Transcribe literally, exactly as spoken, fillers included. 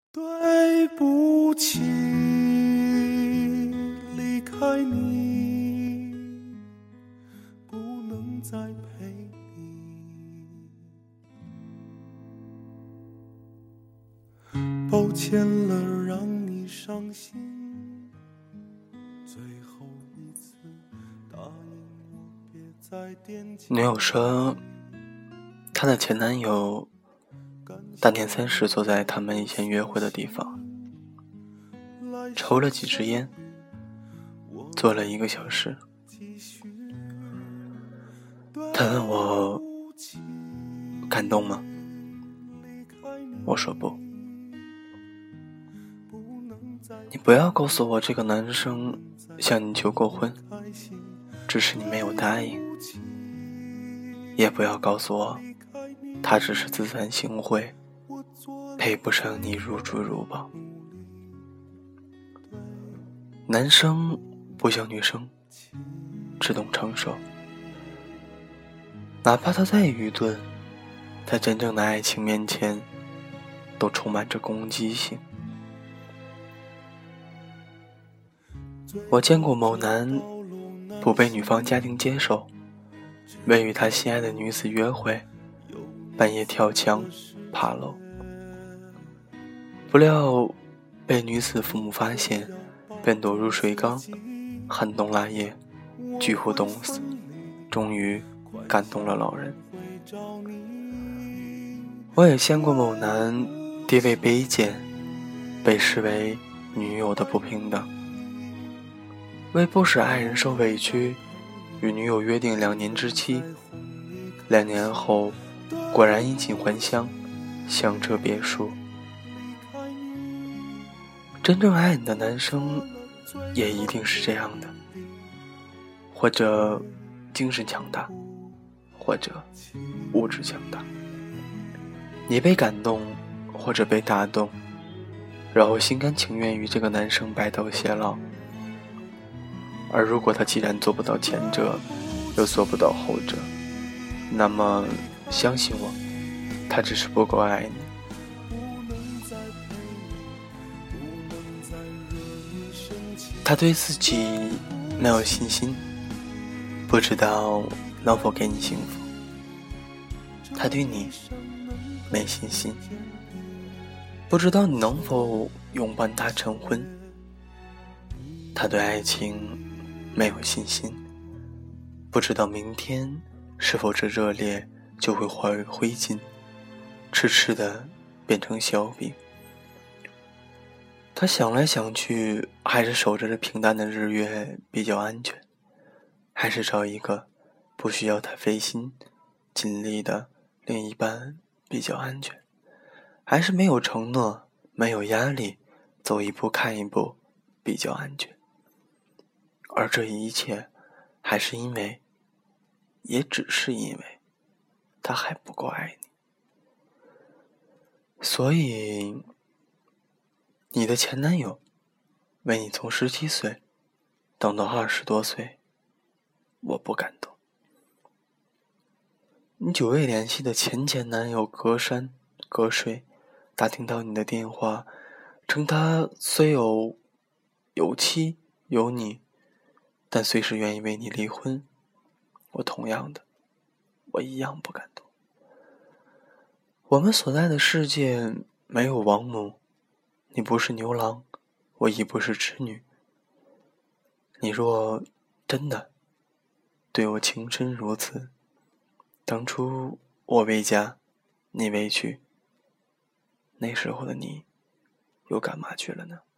对不起，离开你，不能再陪你。抱歉了，让你伤心。最后一次答应我，别再惦记。 女友说，她的前男友大年三十坐在他们以前约会的地方，抽了几支烟，坐了一个小时。他问我感动吗？我说不。你不要告诉我这个男生向你求过婚，只是你没有答应。也不要告诉我他只是自惭形秽，配不上你如珠如宝。男生不像女生只懂承受，哪怕他再愚钝，在真正的爱情面前都充满着攻击性。我见过某男不被女方家庭接受，为与他心爱的女子约会，半夜跳墙爬楼，不料被女子父母发现，便躲入水缸，寒冬腊夜巨户冻死，终于感动了老人。我也见过某男地位卑贱，被视为女友的不平等，为不使爱人受委屈，与女友约定两年之期，两年后果然衣锦还乡，响彻别墅。真正爱你的男生也一定是这样的，或者精神强大，或者物质强大。你被感动或者被打动，然后心甘情愿与这个男生白头偕老。而如果他既然做不到前者，又做不到后者，那么相信我，他只是不够爱你。他对自己没有信心，不知道能否给你幸福。他对你没信心，不知道你能否拥伴他成婚。他对爱情没有信心，不知道明天是否这热烈就会化为灰烬，痴痴的变成小饼。他想来想去，还是守着这平淡的日月比较安全，还是找一个不需要他费心尽力的另一半比较安全，还是没有承诺没有压力，走一步看一步比较安全。而这一切还是因为，也只是因为他还不够爱你。所以你的前男友为你从十七岁等到二十多岁，我不感动。你久未联系的前前男友隔山隔水打听到你的电话，称他虽有有妻有女，但随时愿意为你离婚，我同样的，我一样不感动。我们所在的世界没有王母，你不是牛郎，我亦不是织女。你若真的对我情深如此，当初我为家，你为娶，那时候的你又干嘛去了呢？